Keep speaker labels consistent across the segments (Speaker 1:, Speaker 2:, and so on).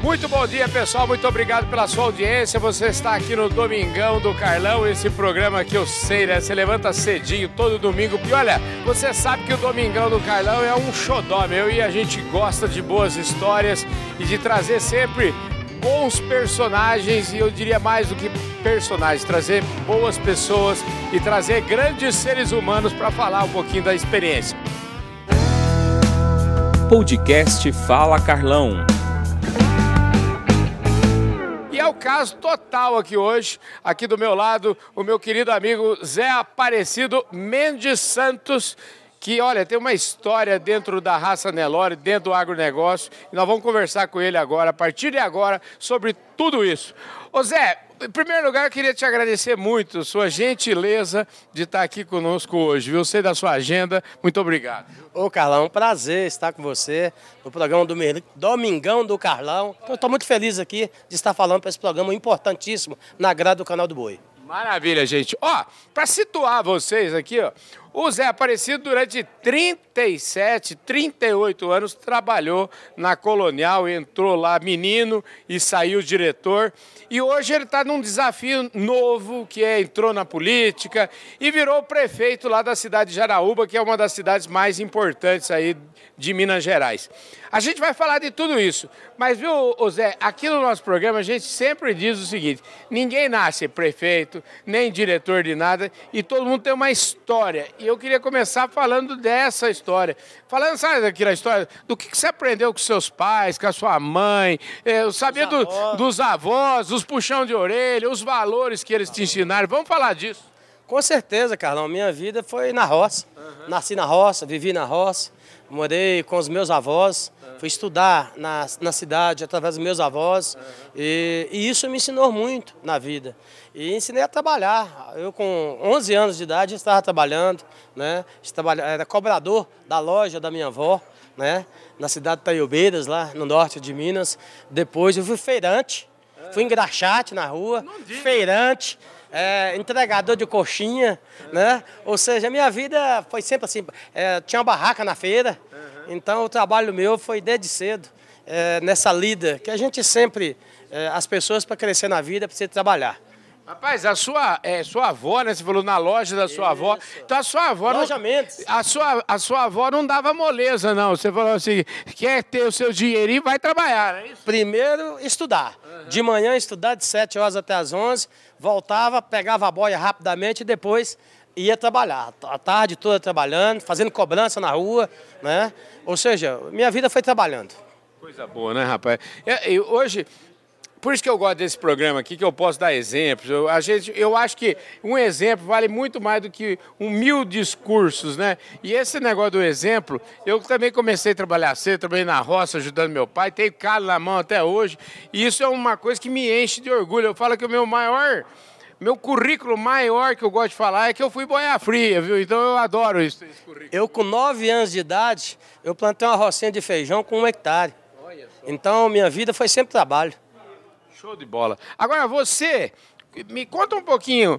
Speaker 1: Muito bom dia, pessoal. Muito obrigado pela sua audiência. Você está aqui no Domingão do Carlão, esse programa que eu sei, né? Você levanta cedinho todo domingo. E olha, você sabe que o Domingão do Carlão é um xodó, meu. E a gente gosta de boas histórias e de trazer sempre bons personagens. E eu diria mais do que personagens, trazer boas pessoas e trazer grandes seres humanos para falar um pouquinho da experiência.
Speaker 2: Podcast Fala Carlão.
Speaker 1: E é o caso total aqui hoje, aqui do meu lado, o meu querido amigo Zé Aparecido Mendes Santos, que, olha, tem uma história dentro da raça Nelore, dentro do agronegócio, e nós vamos conversar com ele agora, a partir de agora, sobre tudo isso. Ô Zé, em primeiro lugar, eu queria te agradecer muito, sua gentileza de estar aqui conosco hoje, viu? Sei da sua agenda, muito obrigado.
Speaker 3: Ô Carlão, um prazer estar com você no programa do Domingão do Carlão. Eu estou muito feliz aqui de estar falando para esse programa importantíssimo na grade do Canal do Boi.
Speaker 1: Maravilha, gente. Ó, para situar vocês aqui, ó, o Zé Aparecido durante 37, 38 anos trabalhou na Colonial, entrou lá menino e saiu diretor. E hoje ele está num desafio novo, que é entrou na política e virou prefeito lá da cidade de Jaraúba, que é uma das cidades mais importantes aí de Minas Gerais. A gente vai falar de tudo isso, mas viu, ô Zé, aqui no nosso programa a gente sempre diz o seguinte: ninguém nasce prefeito, nem diretor de nada, e todo mundo tem uma história. E eu queria começar falando dessa história. Falando, sabe daquela história, do que você aprendeu com seus pais, com a sua mãe, saber dos avós, dos puxão de orelha, os valores que eles te ensinaram. Vamos falar disso.
Speaker 3: Com certeza, Carlão, minha vida foi na roça. Nasci na roça, vivi na roça, morei com os meus avós, fui estudar na cidade através dos meus avós, e isso me ensinou muito na vida. E ensinei a trabalhar. Eu, com 11 anos de idade, estava trabalhando, né? Era cobrador da loja da minha avó, né? Na cidade de Taiobeiras, lá no norte de Minas. Depois eu fui feirante, fui engraxate na rua, feirante, entregador de coxinha, né? Ou seja, a minha vida foi sempre assim, tinha uma barraca na feira, então o trabalho meu foi desde cedo, nessa lida, que a gente sempre, as pessoas para crescer na vida precisam trabalhar.
Speaker 1: Rapaz, a sua avó, né? Você falou na loja da sua avó. Então a sua avó.
Speaker 3: Loja Mendes.
Speaker 1: A sua avó não dava moleza, não. Você falou assim: quer ter o seu dinheirinho, vai trabalhar, não é isso?
Speaker 3: Primeiro, estudar. De manhã, estudar de 7 horas até as 11, voltava, pegava a boia rapidamente e depois ia trabalhar. A tarde toda trabalhando, fazendo cobrança na rua, né? Ou seja, minha vida foi trabalhando.
Speaker 1: Coisa boa, né, rapaz? Hoje. Por isso que eu gosto desse programa aqui, que eu posso dar exemplos. Eu acho que um exemplo vale muito mais do que 1000 discursos, né? E esse negócio do exemplo, eu também comecei a trabalhar cedo, trabalhei na roça ajudando meu pai, tenho calo na mão até hoje, e isso é uma coisa que me enche de orgulho. Eu falo que meu currículo maior que eu gosto de falar é que eu fui boia fria, viu? Então eu adoro esse currículo.
Speaker 3: Eu, com 9 anos de idade, eu plantei uma rocinha de feijão com 1 hectare. Então minha vida foi sempre trabalho.
Speaker 1: Show de bola. Agora, você, me conta um pouquinho,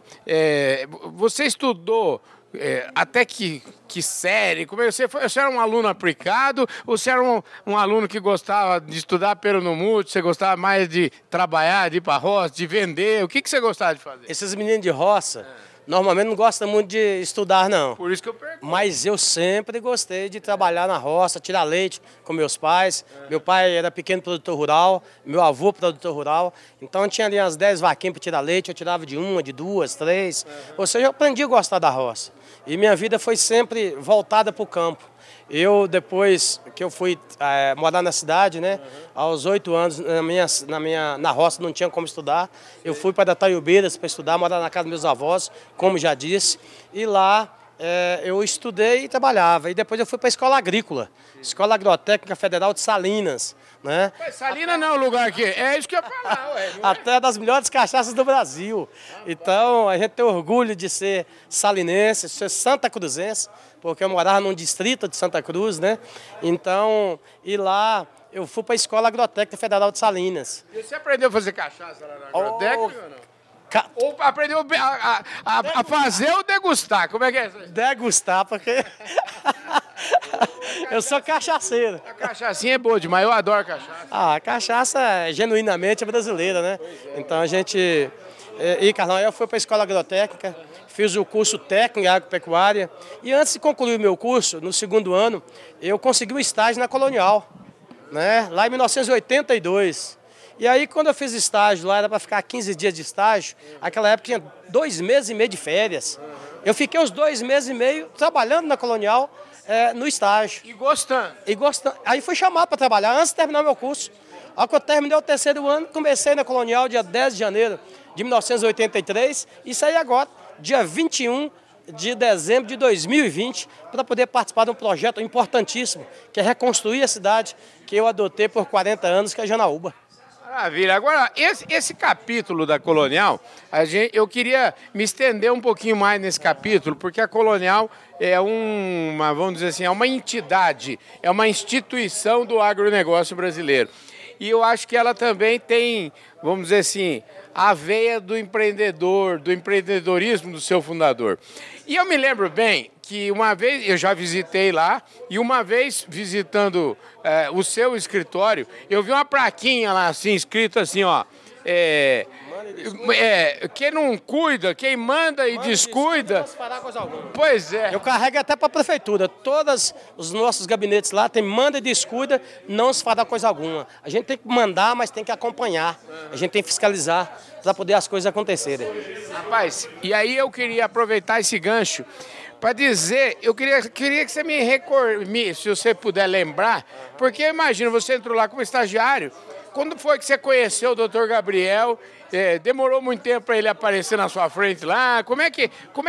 Speaker 1: você estudou até que série? Como você foi? Você era um aluno aplicado ou você era um aluno que gostava de estudar pelo no mútuo, você gostava mais de trabalhar, de ir para a roça, de vender? O que você gostava de fazer?
Speaker 3: Esses meninos de roça, normalmente não gostam muito de estudar, não.
Speaker 1: Por isso que eu pergunto.
Speaker 3: Mas eu sempre gostei de trabalhar na roça, tirar leite com meus pais. Meu pai era pequeno produtor rural, meu avô produtor rural. Então tinha ali umas 10 vaquinhas para tirar leite, eu tirava de 1, de 2, 3. Ou seja, eu aprendi a gostar da roça. E minha vida foi sempre voltada para o campo. Eu, depois que eu fui morar na cidade, né, aos 8 anos, na roça não tinha como estudar. Eu fui para Taiobeiras para estudar, morar na casa dos meus avós, como já disse. E lá eu estudei e trabalhava. E depois eu fui para a escola agrícola, Escola Agrotécnica Federal de Salinas. Né?
Speaker 1: Mas Salinas não é o lugar aqui, é isso que eu ia falar.
Speaker 3: Até das melhores cachaças do Brasil. Então a gente tem orgulho de ser salinense, de ser santa cruzense, porque eu morava num distrito de Santa Cruz, né? Então, e lá eu fui para a Escola Agrotécnica Federal de Salinas.
Speaker 1: E você aprendeu a fazer cachaça lá na agrotécnica ou não? Ou aprendeu a fazer ou degustar? Como é que é isso?
Speaker 3: Degustar, porque Eu sou cachaceiro.
Speaker 1: A cachaçinha é boa demais, eu adoro cachaça.
Speaker 3: A cachaça é genuinamente brasileira, né? Então a gente... E, Carlão, eu fui para a escola agrotécnica, fiz o curso técnico em agropecuária. E antes de concluir o meu curso, no segundo ano, eu consegui um estágio na Colonial, né? Lá em 1982. E aí, quando eu fiz estágio lá, era para ficar 15 dias de estágio. Naquela época tinha 2 meses e meio de férias. Eu fiquei os 2 meses e meio trabalhando na Colonial, no estágio.
Speaker 1: E gostando?
Speaker 3: E gostando. Aí fui chamado para trabalhar antes de terminar meu curso. Ao que eu terminei o terceiro ano, comecei na Colonial dia 10 de janeiro de 1983 e saí agora, dia 21 de dezembro de 2020, para poder participar de um projeto importantíssimo, que é reconstruir a cidade que eu adotei por 40 anos, que é Janaúba.
Speaker 1: Maravilha. Agora, esse capítulo da Colonial, eu queria me estender um pouquinho mais nesse capítulo, porque a Colonial é vamos dizer assim, é uma entidade, é uma instituição do agronegócio brasileiro. E eu acho que ela também tem, vamos dizer assim, a veia do empreendedor, do empreendedorismo do seu fundador. E eu me lembro bem que uma vez, eu já visitei lá, e uma vez visitando o seu escritório, eu vi uma plaquinha lá, assim, escrito assim, ó, quem não cuida, quem manda e descuida...
Speaker 3: Não se fará coisa alguma.
Speaker 1: Pois é.
Speaker 3: Eu carrego até para a prefeitura. Todos os nossos gabinetes lá tem manda e descuida, não se fará coisa alguma. A gente tem que mandar, mas tem que acompanhar. A gente tem que fiscalizar para poder as coisas acontecerem.
Speaker 1: Rapaz, e aí eu queria aproveitar esse gancho para dizer, eu queria que você se você puder lembrar, porque eu imagino, você entrou lá como estagiário, quando foi que você conheceu o Dr. Gabriel? Demorou muito tempo para ele aparecer na sua frente lá? Como é que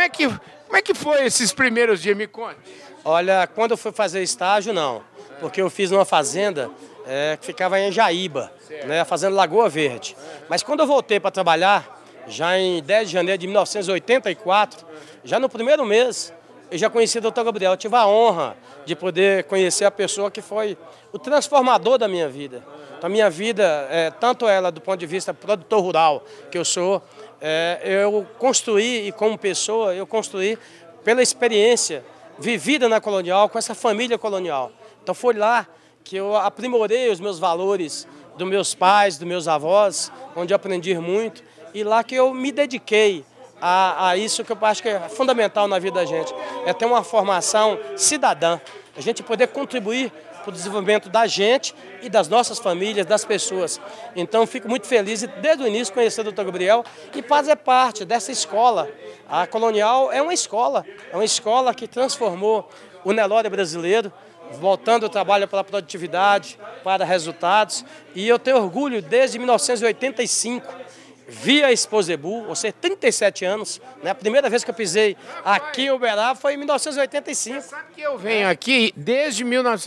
Speaker 1: foi esses primeiros dias? Me conte.
Speaker 3: Olha, quando eu fui fazer estágio, não. Porque eu fiz numa fazenda que ficava em Jaíba, né, a fazenda Lagoa Verde. Mas quando eu voltei para trabalhar, já em 10 de janeiro de 1984, já no primeiro mês, eu já conheci o Dr. Gabriel. Eu tive a honra de poder conhecer a pessoa que foi o transformador da minha vida. Então, a minha vida, tanto ela do ponto de vista produtor rural, que eu sou, eu construí, e como pessoa, eu construí pela experiência vivida na Colonial, com essa família colonial. Então, foi lá que eu aprimorei os meus valores dos meus pais, dos meus avós, onde eu aprendi muito, e lá que eu me dediquei a isso que eu acho que é fundamental na vida da gente, é ter uma formação cidadã, a gente poder contribuir para o desenvolvimento da gente e das nossas famílias, das pessoas. Então, fico muito feliz de, desde o início, conhecer o Dr. Gabriel e fazer parte dessa escola. A Colonial é uma escola que transformou o Nelore brasileiro, voltando o trabalho para a produtividade, para resultados. E eu tenho orgulho, desde 1985, via Exposebu, ou seja, 37 anos, né? A primeira vez que eu pisei aqui em Uberaba foi em 1985.
Speaker 1: Você sabe que eu venho aqui desde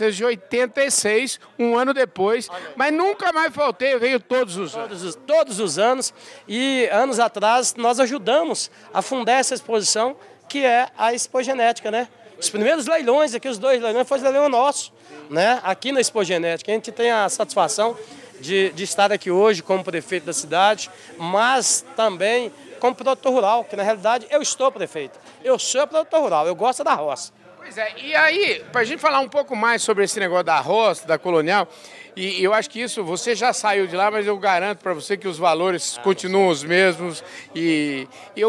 Speaker 1: 1986, um ano depois, mas nunca mais faltei, eu venho todos os anos.
Speaker 3: Todos os anos, e anos atrás nós ajudamos a fundar essa exposição, que é a Expogenética, né? Os primeiros leilões aqui, os 2 leilões, foi o leilão nosso, né? Aqui na Expogenética. A gente tem a satisfação de estar aqui hoje como prefeito da cidade, mas também como produtor rural, que na realidade eu estou prefeito. Eu sou produtor rural, eu gosto da roça.
Speaker 1: Pois é, e aí, para a gente falar um pouco mais sobre esse negócio da roça, da Colonial, e eu acho que isso, você já saiu de lá, mas eu garanto para você que os valores continuam os mesmos, e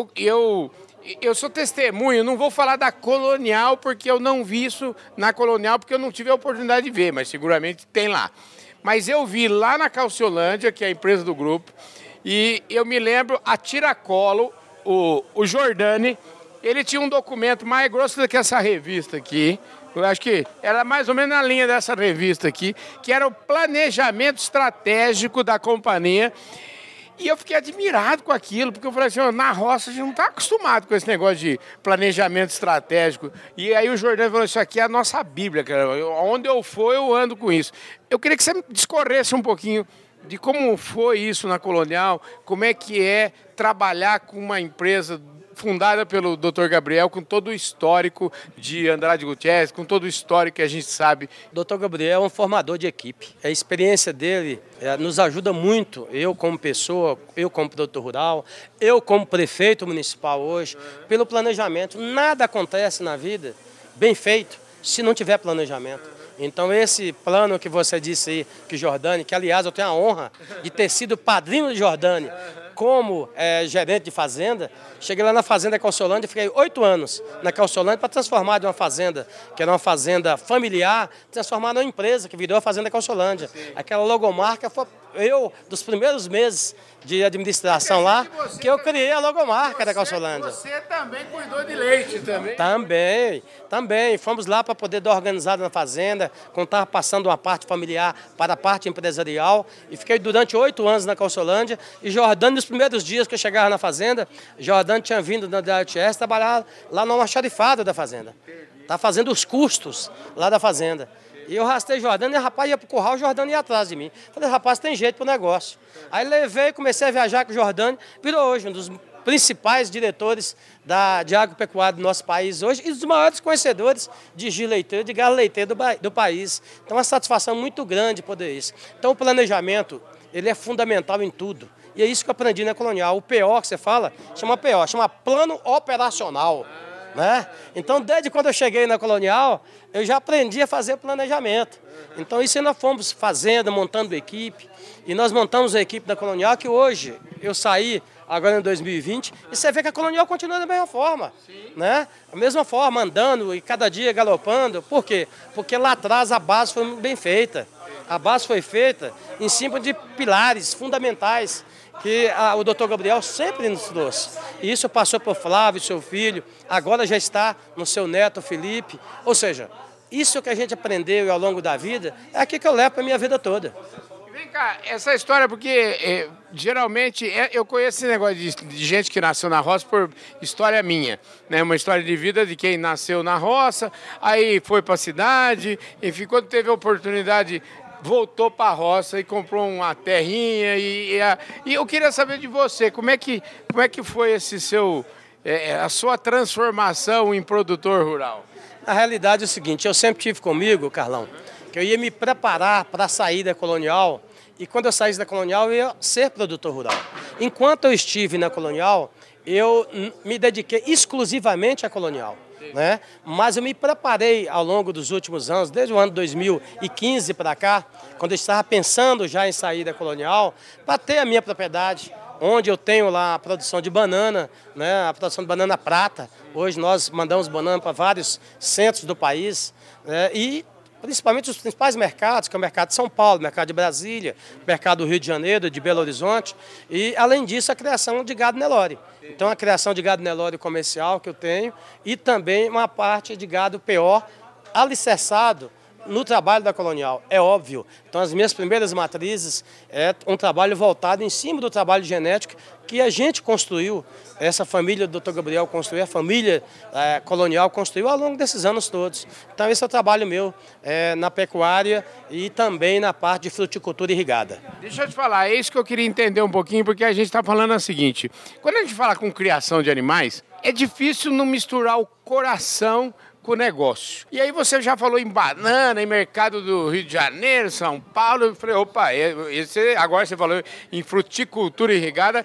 Speaker 1: eu sou testemunho, não vou falar da Colonial, porque eu não vi isso na Colonial, porque eu não tive a oportunidade de ver, mas seguramente tem lá. Mas eu vi lá na Calciolândia, que é a empresa do grupo, e eu me lembro a Tiracolo, o Jordani, ele tinha um documento mais grosso do que essa revista aqui, eu acho que era mais ou menos na linha dessa revista aqui, que era o planejamento estratégico da companhia. E eu fiquei admirado com aquilo, porque eu falei assim, na roça a gente não está acostumado com esse negócio de planejamento estratégico. E aí o Jordão falou, isso aqui é a nossa Bíblia, cara. Onde eu for, eu ando com isso. Eu queria que você me discorresse um pouquinho de como foi isso na Colonial, como é que é trabalhar com uma empresa fundada pelo Dr. Gabriel, com todo o histórico de Andrade Gutierrez, com todo o histórico que a gente sabe.
Speaker 3: O Dr. Gabriel é um formador de equipe. A experiência dele nos ajuda muito, eu como pessoa, eu como produtor rural, eu como prefeito municipal hoje, pelo planejamento. Nada acontece na vida bem feito se não tiver planejamento. Então esse plano que você disse aí, que Jordânia, que aliás eu tenho a honra de ter sido padrinho de Jordânia como gerente de fazenda, cheguei lá na fazenda Calçolândia, fiquei 8 anos na Calçolândia para transformar de uma fazenda, que era uma fazenda familiar, transformar numa empresa que virou a Fazenda Calçolândia. Aquela logomarca foi eu, dos primeiros meses de administração lá, que eu criei a logomarca da Calçolândia.
Speaker 1: Você também cuidou de leite também?
Speaker 3: Também. Fomos lá para poder dar organizado na fazenda, quando estava passando uma parte familiar para a parte empresarial, e fiquei durante 8 anos na Calçolândia, e Jordânia, nos primeiros dias que eu chegava na fazenda, Jordânia tinha vindo da DHS trabalhar lá no almoxarifado da fazenda. Tá fazendo os custos lá da fazenda. E eu rastei Jordânia e o rapaz ia pro curral, o Jordânia ia atrás de mim. Falei, rapaz, tem jeito pro negócio. Aí levei, comecei a viajar com o Jordânia, virou hoje um dos principais diretores de agropecuária do nosso país hoje e dos maiores conhecedores de giro leiteiro, de gado leiteiro do país. Então, é uma satisfação muito grande poder isso. Então, o planejamento, ele é fundamental em tudo. E é isso que eu aprendi na Colonial. O PO que você fala, chama PO, chama Plano Operacional. Né? Então, desde quando eu cheguei na Colonial, eu já aprendi a fazer planejamento. Então, isso nós fomos fazendo, montando equipe. E nós montamos a equipe da Colonial, que hoje eu saí agora em 2020, e você vê que a Colonial continua da mesma forma. Né? Da mesma forma, andando e cada dia galopando. Por quê? Porque lá atrás a base foi muito bem feita. A base foi feita em cima de pilares fundamentais que o doutor Gabriel sempre nos trouxe. E isso passou para o Flávio, seu filho, agora já está no seu neto Felipe. Ou seja, isso que a gente aprendeu ao longo da vida é aqui que eu levo para a minha vida toda.
Speaker 1: Vem cá, essa história, porque geralmente eu conheço esse negócio de gente que nasceu na roça por história minha, né? Uma história de vida de quem nasceu na roça, aí foi para a cidade, enfim, quando teve a oportunidade voltou para a roça e comprou uma terrinha. E eu queria saber de você, como é que foi a sua transformação em produtor rural?
Speaker 3: A realidade é o seguinte, eu sempre tive comigo, Carlão, que eu ia me preparar para sair da Colonial, e quando eu saísse da Colonial eu ia ser produtor rural. Enquanto eu estive na Colonial, eu me dediquei exclusivamente à Colonial. Né? Mas eu me preparei ao longo dos últimos anos, desde o ano 2015 para cá, quando eu estava pensando já em sair da Colonial, para ter a minha propriedade, onde eu tenho lá a produção de banana, né? A produção de banana prata. Hoje nós mandamos banana para vários centros do país, né? E principalmente os principais mercados, que é o mercado de São Paulo, o mercado de Brasília, o mercado do Rio de Janeiro, de Belo Horizonte, e além disso a criação de gado Nelore. Então a criação de gado Nelore comercial que eu tenho e também uma parte de gado PO alicerçado no trabalho da Colonial, é óbvio. Então as minhas primeiras matrizes é um trabalho voltado em cima do trabalho genético que a gente construiu, essa família do Dr. Gabriel construiu, a família Colonial construiu ao longo desses anos todos. Então esse é o trabalho meu na pecuária e também na parte de fruticultura irrigada.
Speaker 1: Deixa eu te falar, é isso que eu queria entender um pouquinho, porque a gente está falando o seguinte, quando a gente fala com criação de animais, é difícil não misturar o coração com o negócio. E aí você já falou em banana, em mercado do Rio de Janeiro, São Paulo, eu falei, opa, agora você falou em fruticultura irrigada,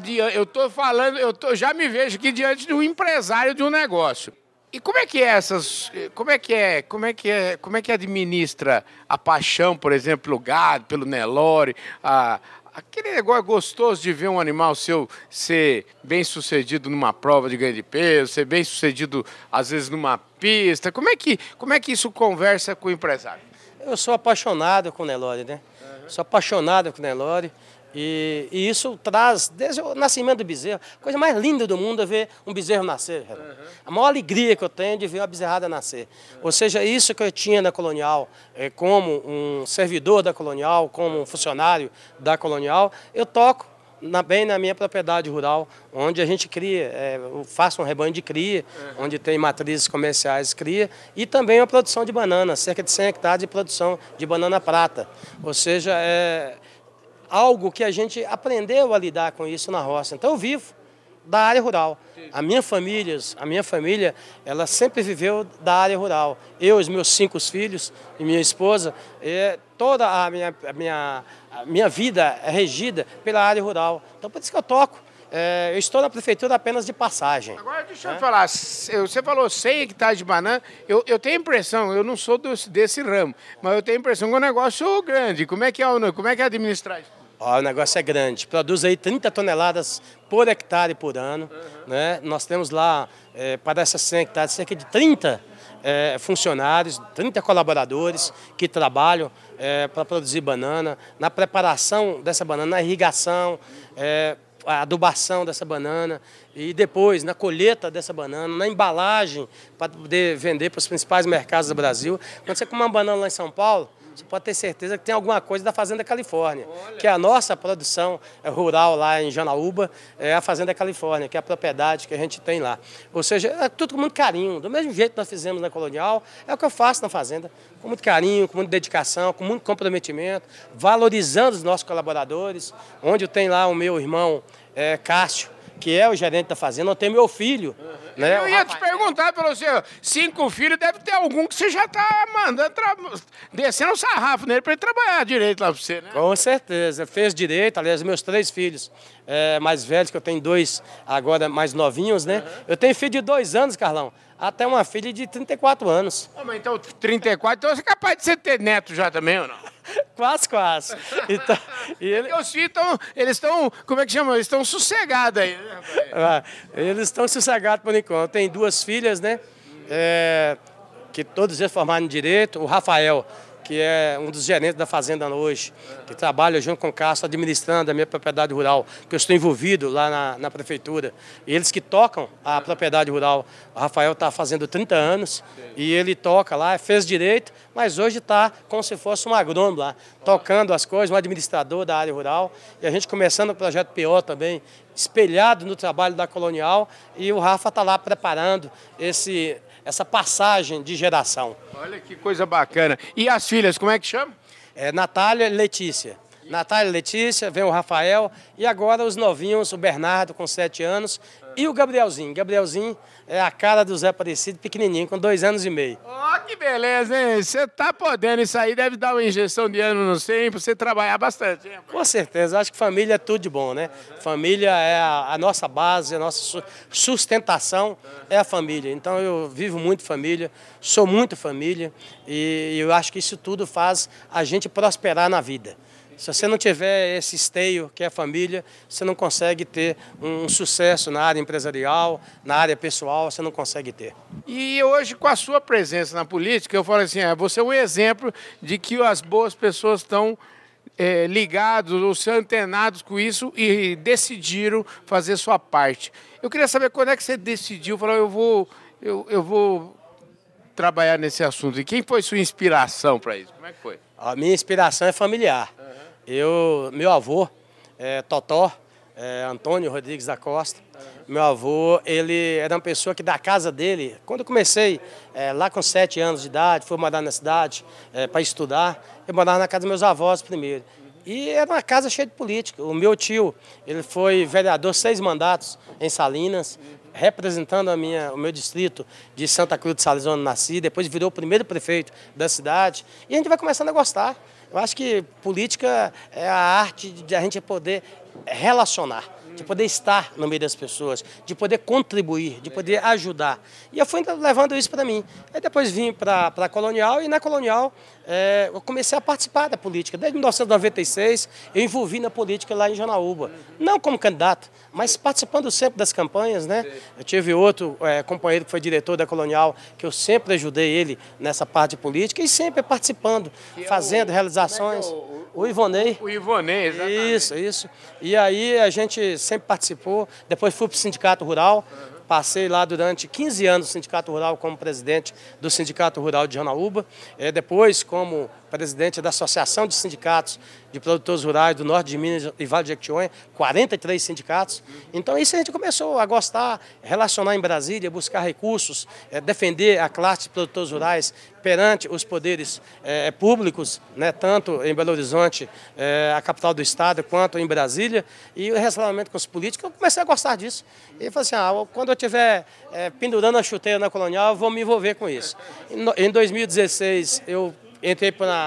Speaker 1: já me vejo aqui diante de um empresário de um negócio. E como é que é como é que administra a paixão, por exemplo, pelo gado, pelo Nelore, aquele negócio gostoso de ver um animal seu ser bem sucedido numa prova de ganho de peso, ser bem sucedido às vezes numa pista. Como é que isso conversa com o empresário?
Speaker 3: Eu sou apaixonado com o Nelore, né? Sou apaixonado com o Nelore. E isso traz, desde o nascimento do bezerro, a coisa mais linda do mundo é ver um bezerro nascer. A maior alegria que eu tenho é de ver uma bezerrada nascer. Ou seja, isso que eu tinha na Colonial, como um servidor da Colonial, como um funcionário da Colonial, eu toco bem na minha propriedade rural, onde a gente cria, eu faço um rebanho de cria, onde tem matrizes comerciais cria, e também a produção de banana, cerca de 100 hectares de produção de banana prata. Ou seja, algo que a gente aprendeu a lidar com isso na roça. Então eu vivo da área rural. A minha família, ela sempre viveu da área rural. Eu, os meus 5 filhos e minha esposa, toda a minha vida é regida pela área rural. Então por isso que eu toco. eu estou na prefeitura apenas de passagem.
Speaker 1: Agora deixa eu falar, você falou 100 hectares de banana, eu tenho a impressão, eu não sou desse ramo, mas eu tenho a impressão que é um negócio grande. Como é que é administrar isso?
Speaker 3: Ó, o negócio é grande, produz aí 30 toneladas por hectare por ano. Né? Nós temos lá, para essas 100 hectares, cerca de 30 funcionários, 30 colaboradores que trabalham para produzir banana, na preparação dessa banana, na irrigação, a adubação dessa banana e depois na colheita dessa banana, na embalagem para poder vender para os principais mercados do Brasil. Quando você come uma banana lá em São Paulo, você pode ter certeza que tem alguma coisa da Fazenda Califórnia. Olha. Que é a nossa produção rural lá em Janaúba, é a Fazenda Califórnia, que é a propriedade que a gente tem lá. Ou seja, é tudo com muito carinho. Do mesmo jeito que nós fizemos na Colonial, é o que eu faço na Fazenda. Com muito carinho, com muita dedicação, com muito comprometimento, valorizando os nossos colaboradores. Onde eu tenho lá o meu irmão Cássio, que é o gerente da Fazenda, eu tenho meu filho. Né,
Speaker 1: eu ia te perguntar para você, 5 filhos, deve ter algum que você já está mandando, descendo o sarrafo nele para ele trabalhar direito lá para você, né?
Speaker 3: Com certeza, fez direito, aliás, meus 3 filhos mais velhos, que eu tenho 2 agora mais novinhos, né? Eu tenho filho de 2 anos, Carlão, até uma filha de 34 anos.
Speaker 1: Mas então, 34, então você é capaz de você ter neto já também, ou não?
Speaker 3: Quase, quase. Então,
Speaker 1: os filhos eles estão, como é que chama? Eles estão sossegados aí, né, rapaz?
Speaker 3: Eles estão sossegados por enquanto. Tem 2 filhas, né? Que todos eles formaram em Direito. O Rafael, que é um dos gerentes da Fazenda hoje, que trabalha junto com o Cássio, administrando a minha propriedade rural, que eu estou envolvido lá na prefeitura. Eles que tocam a propriedade rural. O Rafael está fazendo 30 anos e ele toca lá, fez direito, mas hoje está como se fosse um agrônomo lá, tocando as coisas, um administrador da área rural. E a gente começando o projeto PO também, espelhado no trabalho da Colonial, e o Rafa está lá preparando essa passagem de geração.
Speaker 1: Olha que coisa bacana. E as filhas, como é que chama?
Speaker 3: Natália e Letícia. Natália e Letícia, vem o Rafael e agora os novinhos, o Bernardo com 7 anos e o Gabrielzinho. Gabrielzinho é a cara do Zé Aparecido, pequenininho, com 2 anos e meio.
Speaker 1: Ó, que beleza, hein? Você tá podendo, isso aí deve dar uma injeção de ânimo no sempre, pra você trabalhar bastante, hein?
Speaker 3: Com certeza, acho que família é tudo de bom, né? Família é a nossa base, a nossa sustentação é a família. Então eu vivo muito família, sou muito família e eu acho que isso tudo faz a gente prosperar na vida. Se você não tiver esse esteio que é a família, você não consegue ter um sucesso na área empresarial, na área pessoal, você não consegue ter.
Speaker 1: E hoje, com a sua presença na política, eu falo assim, você é um exemplo de que as boas pessoas estão ligados ou se antenados com isso e decidiram fazer sua parte. Eu queria saber quando é que você decidiu, falou, eu vou trabalhar nesse assunto. E quem foi sua inspiração para isso? Como é que foi?
Speaker 3: A minha inspiração é familiar. Meu avô, Totó, Antônio Rodrigues da Costa, meu avô, ele era uma pessoa que da casa dele, quando eu comecei lá com 7 anos de idade, fui morar na cidade para estudar, eu morava na casa dos meus avós primeiro. E era uma casa cheia de política. O meu tio, ele foi vereador 6 mandatos em Salinas, representando o meu distrito de Santa Cruz de Sales, onde nasci, depois virou o primeiro prefeito da cidade, e a gente vai começando a gostar. Eu acho que política é a arte de a gente poder relacionar, de poder estar no meio das pessoas, de poder contribuir, de poder ajudar. E eu fui levando isso para mim. Aí depois vim para a Colonial e na Colonial eu comecei a participar da política. Desde 1996 eu envolvi na política lá em Janaúba. Não como candidato, mas participando sempre das campanhas, né? Eu tive outro companheiro que foi diretor da Colonial, que eu sempre ajudei ele nessa parte política e sempre participando, fazendo realizações. O Ivonei.
Speaker 1: O Ivonei, exatamente.
Speaker 3: Isso. E aí a gente sempre participou. Depois fui para o Sindicato Rural. Passei lá durante 15 anos no Sindicato Rural como presidente do Sindicato Rural de Janaúba. Depois como presidente da Associação de Sindicatos de Produtores Rurais do Norte de Minas e Vale de Jequitinhonha, 43 sindicatos. Então isso a gente começou a gostar, relacionar em Brasília, buscar recursos, defender a classe de produtores rurais perante os poderes públicos, né, tanto em Belo Horizonte, a capital do estado, quanto em Brasília, e o relacionamento com os políticos, eu comecei a gostar disso. E falei assim, quando eu estiver pendurando a chuteira na Colonial, eu vou me envolver com isso. Em 2016, eu entrei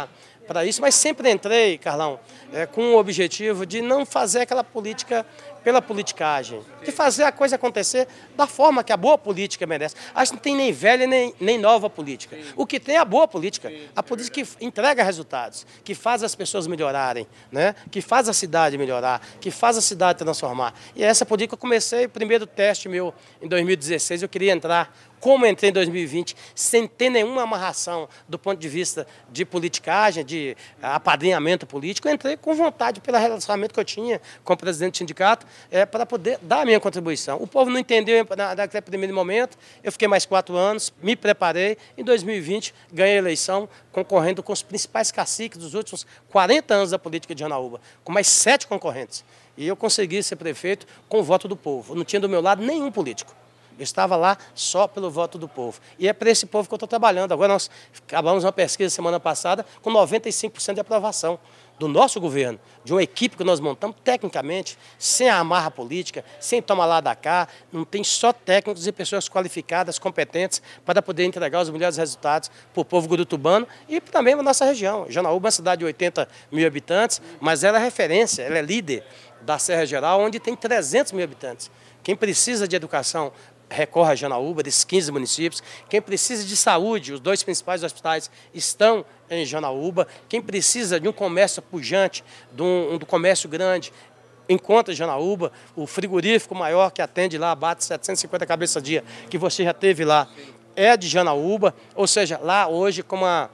Speaker 3: para isso, mas sempre entrei, Carlão, com o objetivo de não fazer aquela política pela politicagem, de fazer a coisa acontecer da forma que a boa política merece. Acho que não tem nem velha nem nova política. O que tem é a boa política, a política que entrega resultados, que faz as pessoas melhorarem, né? Que faz a cidade melhorar, que faz a cidade transformar. E essa política eu comecei, o primeiro teste meu em 2016, eu queria entrar, como entrei em 2020, sem ter nenhuma amarração do ponto de vista de politicagem, de apadrinhamento político, eu entrei com vontade pelo relacionamento que eu tinha com o presidente do sindicato, para poder dar a minha contribuição. O povo não entendeu naquele primeiro momento, eu fiquei mais 4 anos, me preparei, em 2020 ganhei a eleição, concorrendo com os principais caciques dos últimos 40 anos da política de Janaúba, com mais 7 concorrentes. E eu consegui ser prefeito com o voto do povo. Eu não tinha do meu lado nenhum político. Eu estava lá só pelo voto do povo. E é para esse povo que eu estou trabalhando. Agora nós acabamos uma pesquisa semana passada com 95% de aprovação do nosso governo, de uma equipe que nós montamos tecnicamente, sem a amarra política, sem tomar lá da cá, não tem só técnicos e pessoas qualificadas, competentes, para poder entregar os melhores resultados para o povo gurutubano e também para a nossa região. Janaúba é uma cidade de 80 mil habitantes, mas ela é referência, ela é líder da Serra Geral, onde tem 300 mil habitantes. Quem precisa de educação recorre a Janaúba, desses 15 municípios. Quem precisa de saúde, os 2 principais hospitais estão em Janaúba. Quem precisa de um comércio pujante, do comércio grande, encontra em Janaúba. O frigorífico maior que atende lá, bate 750 cabeças dia, que você já teve lá, é de Janaúba, ou seja, lá hoje com uma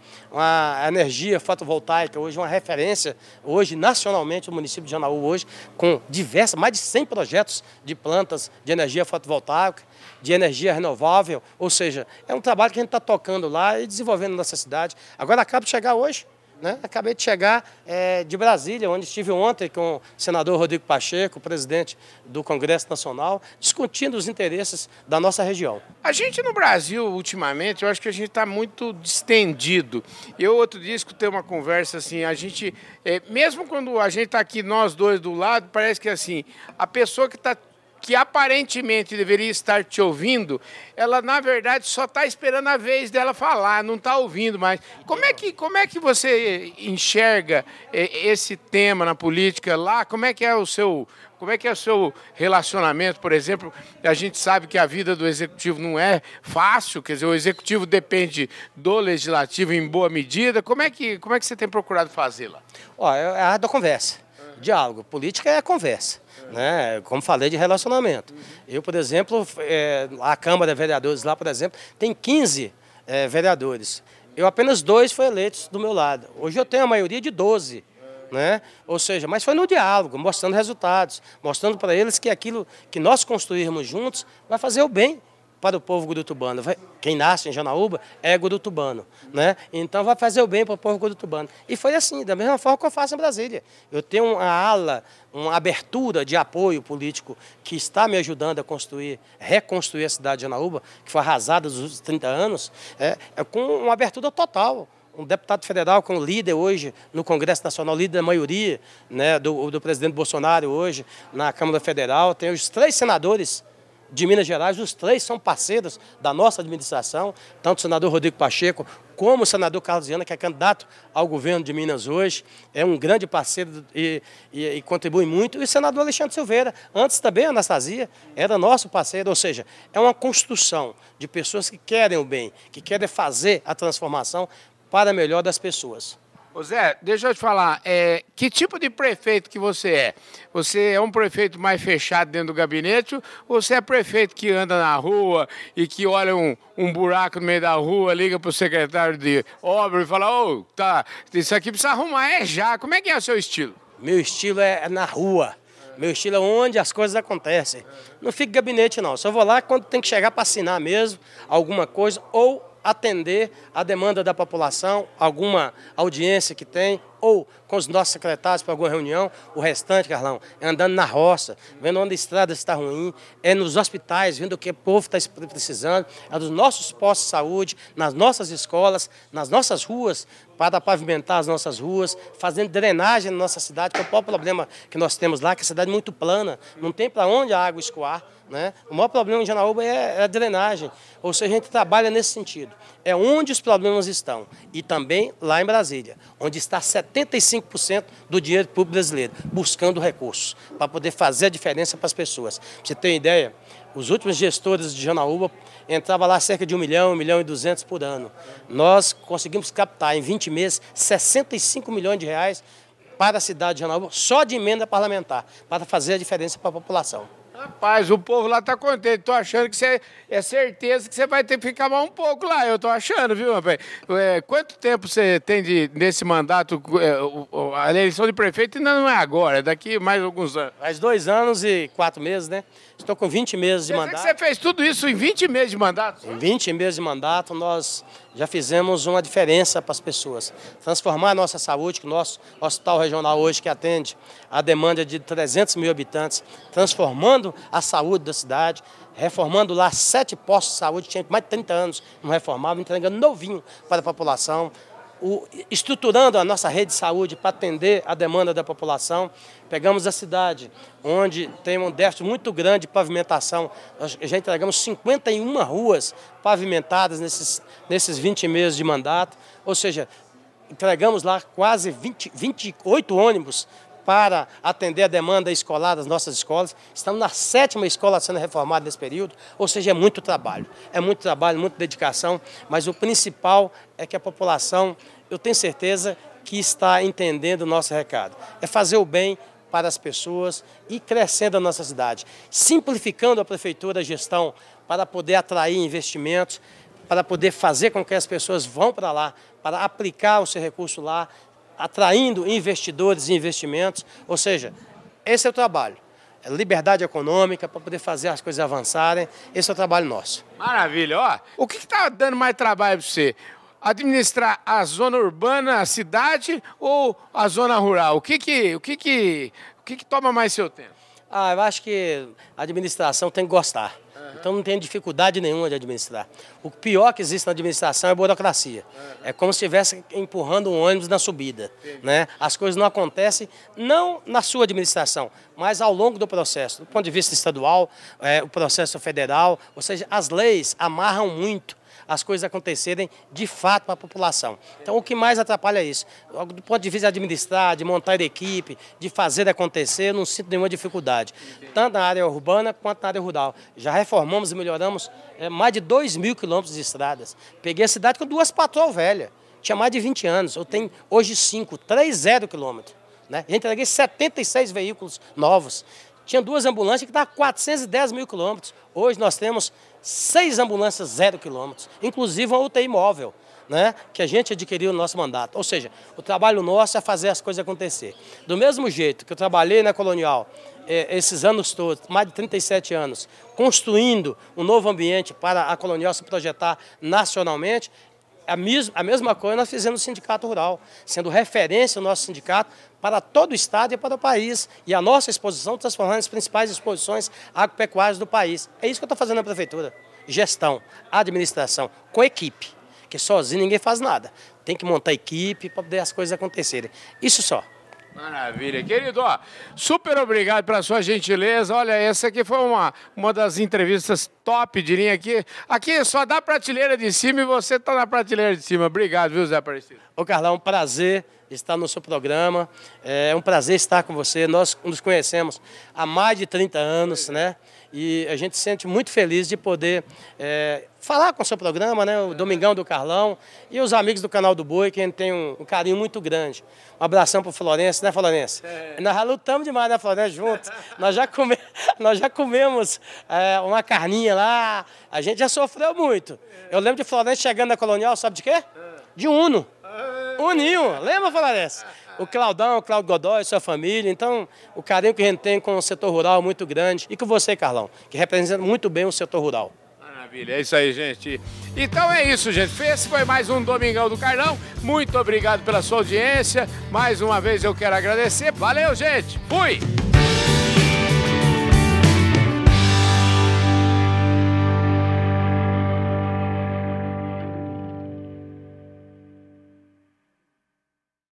Speaker 3: energia fotovoltaica, hoje uma referência, hoje nacionalmente o município de Janaúba, hoje com mais de 100 projetos de plantas de energia fotovoltaica, de energia renovável, ou seja, é um trabalho que a gente está tocando lá e desenvolvendo na nossa cidade. Agora acabo de chegar hoje, né? Acabei de chegar de Brasília, onde estive ontem com o senador Rodrigo Pacheco, presidente do Congresso Nacional, discutindo os interesses da nossa região.
Speaker 1: A gente no Brasil, ultimamente, eu acho que a gente está muito distendido. Eu outro dia escutei uma conversa assim, a gente, mesmo quando a gente está aqui, nós dois do lado, parece que assim, a pessoa que aparentemente deveria estar te ouvindo, ela na verdade só está esperando a vez dela falar, não está ouvindo mais. Como é que você enxerga esse tema na política lá? Como é que é o seu relacionamento, por exemplo? A gente sabe que a vida do executivo não é fácil, quer dizer, o executivo depende do legislativo em boa medida. Como é que você tem procurado fazê-la?
Speaker 3: É a arte da conversa, diálogo. Política é conversa. Né? Como falei, de relacionamento. Eu, por exemplo, a Câmara de Vereadores lá, por exemplo, tem 15 vereadores. Eu apenas 2 foram eleitos do meu lado. Hoje eu tenho a maioria de 12. Né? Ou seja, mas foi no diálogo, mostrando resultados, mostrando para eles que aquilo que nós construirmos juntos vai fazer o bem para o povo gurutubano. Quem nasce em Janaúba é gurutubano, né? Então vai fazer o bem para o povo gurutubano. E foi assim, da mesma forma que eu faço em Brasília. Eu tenho uma ala, uma abertura de apoio político que está me ajudando a reconstruir a cidade de Janaúba, que foi arrasada nos últimos 30 anos, com uma abertura total. Um deputado federal com líder hoje no Congresso Nacional, líder da maioria, né, do presidente Bolsonaro hoje na Câmara Federal. Tem os 3 senadores de Minas Gerais, os 3 são parceiros da nossa administração, tanto o senador Rodrigo Pacheco como o senador Carlos Viana, que é candidato ao governo de Minas hoje, é um grande parceiro e contribui muito. E o senador Alexandre Silveira, antes também a Anastasia, era nosso parceiro, ou seja, é uma construção de pessoas que querem o bem, que querem fazer a transformação para melhor das pessoas.
Speaker 1: Ô Zé, deixa eu te falar, que tipo de prefeito que você é? Você é um prefeito mais fechado dentro do gabinete ou você é prefeito que anda na rua e que olha um buraco no meio da rua, liga para o secretário de obra e fala, tá, isso aqui precisa arrumar, já. Como é que é o seu estilo?
Speaker 3: Meu estilo é na rua. Meu estilo é onde as coisas acontecem. Não fico em gabinete não, só vou lá quando tem que chegar para assinar mesmo alguma coisa ou atender a demanda da população, alguma audiência que tem, ou com os nossos secretários para alguma reunião. O restante, Carlão, é andando na roça, vendo onde a estrada está ruim, é nos hospitais, vendo o que o povo está precisando, é dos nossos postos de saúde, nas nossas escolas, nas nossas ruas, para pavimentar as nossas ruas, fazendo drenagem na nossa cidade, que é o maior problema que nós temos lá, que é a cidade é muito plana, não tem para onde a água escoar, né? O maior problema em Janaúba é a drenagem, ou seja, a gente trabalha nesse sentido. É onde os problemas estão, e também lá em Brasília, onde está 75% do dinheiro público brasileiro, buscando recursos, para poder fazer a diferença para as pessoas. Pra você ter uma ideia, os últimos gestores de Janaúba entrava lá cerca de 1 milhão, 1 milhão e 200 por ano. Nós conseguimos captar em 20 meses 65 milhões de reais para a cidade de Janaúba, só de emenda parlamentar, para fazer a diferença para a população.
Speaker 1: Rapaz, o povo lá tá contente. Tô achando que você é certeza que você vai ter que ficar mais um pouco lá. Eu tô achando, viu, rapaz? Quanto tempo você tem nesse mandato? A eleição de prefeito ainda não é agora, é daqui mais alguns anos.
Speaker 3: Faz 2 anos e 4 meses, né? Estou com 20 meses de mandato.
Speaker 1: Você fez tudo isso em 20 meses de mandato?
Speaker 3: Em 20 meses de mandato, nós já fizemos uma diferença para as pessoas. Transformar a nossa saúde, que o nosso hospital regional hoje, que atende a demanda de 300 mil habitantes, transformando a saúde da cidade, reformando lá 7 postos de saúde, tinha mais de 30 anos, não reformava, entregando novinho para a população. Estruturando a nossa rede de saúde para atender a demanda da população. Pegamos a cidade, onde tem um déficit muito grande de pavimentação. Nós já entregamos 51 ruas pavimentadas nesses 20 meses de mandato. Ou seja, entregamos lá quase 28 ônibus para atender a demanda escolar das nossas escolas. Estamos na 7ª escola sendo reformada nesse período, ou seja, é muito trabalho, muita dedicação, mas o principal é que a população, eu tenho certeza que está entendendo o nosso recado. É fazer o bem para as pessoas e crescendo a nossa cidade, simplificando a prefeitura, a gestão, para poder atrair investimentos, para poder fazer com que as pessoas vão para lá, para aplicar o seu recurso lá, atraindo investidores e investimentos, ou seja, esse é o trabalho. É liberdade econômica para poder fazer as coisas avançarem, esse é o trabalho nosso.
Speaker 1: Maravilha, ó. O que está dando mais trabalho para você? Administrar a zona urbana, a cidade ou a zona rural? O que toma mais seu tempo?
Speaker 3: Eu acho que a administração tem que gostar. Então não tem dificuldade nenhuma de administrar. O pior que existe na administração é a burocracia. É como se estivesse empurrando um ônibus na subida, né? As coisas não acontecem, não na sua administração, mas ao longo do processo. Do ponto de vista estadual, o processo federal, ou seja, as leis amarram muito as coisas acontecerem de fato para a população. Então, o que mais atrapalha é isso. Do ponto de vista de administrar, de montar equipe, de fazer acontecer, eu não sinto nenhuma dificuldade. Tanto na área urbana quanto na área rural. Já reformamos e melhoramos mais de 2.000 quilômetros de estradas. Peguei a cidade com 2 patrol velhas. Tinha mais de 20 anos. Eu tenho hoje 5, 3,0 quilômetros. Né? Já entreguei 76 veículos novos. Tinha 2 ambulâncias que dá 410 mil quilômetros. Hoje nós temos 6 ambulâncias 0 quilômetros, inclusive uma UTI móvel, né, que a gente adquiriu no nosso mandato. Ou seja, o trabalho nosso é fazer as coisas acontecer. Do mesmo jeito que eu trabalhei na Colonial esses anos todos, mais de 37 anos, construindo um novo ambiente para a Colonial se projetar nacionalmente, a mesma coisa nós fizemos no Sindicato Rural, sendo referência o nosso sindicato para todo o estado e para o país. E a nossa exposição transformando as principais exposições agropecuárias do país. É isso que eu estou fazendo na prefeitura. Gestão, administração, com equipe. Porque sozinho ninguém faz nada. Tem que montar equipe para poder as coisas acontecerem. Isso só.
Speaker 1: Maravilha. Querido, ó, super obrigado pela sua gentileza. Olha, essa aqui foi uma das entrevistas top de linha aqui. Aqui só dá prateleira de cima e você está na prateleira de cima. Obrigado, viu, Zé Aparecido?
Speaker 3: Ô, Carlão, um prazer estar no seu programa. É um prazer estar com você. Nós nos conhecemos há mais de 30 anos, né? E a gente se sente muito feliz de poder falar com o seu programa, né? O Domingão do Carlão e os amigos do Canal do Boi, que a gente tem um carinho muito grande. Um abração para o Florencio, né, Florencio? Nós já lutamos demais, né, Florencio, juntos. Nós já comemos uma carninha lá, a gente já sofreu muito. Eu lembro de Florencio chegando na Colonial, sabe de quê? De Uno. Uninho, lembra, Florencio? O Claudão, o Cláudio Godoy, sua família. Então, o carinho que a gente tem com o setor rural é muito grande. E com você, Carlão, que representa muito bem o setor rural.
Speaker 1: Maravilha, é isso aí, gente. Então é isso, gente. Esse foi mais um Domingão do Carlão. Muito obrigado pela sua audiência. Mais uma vez eu quero agradecer. Valeu, gente. Fui!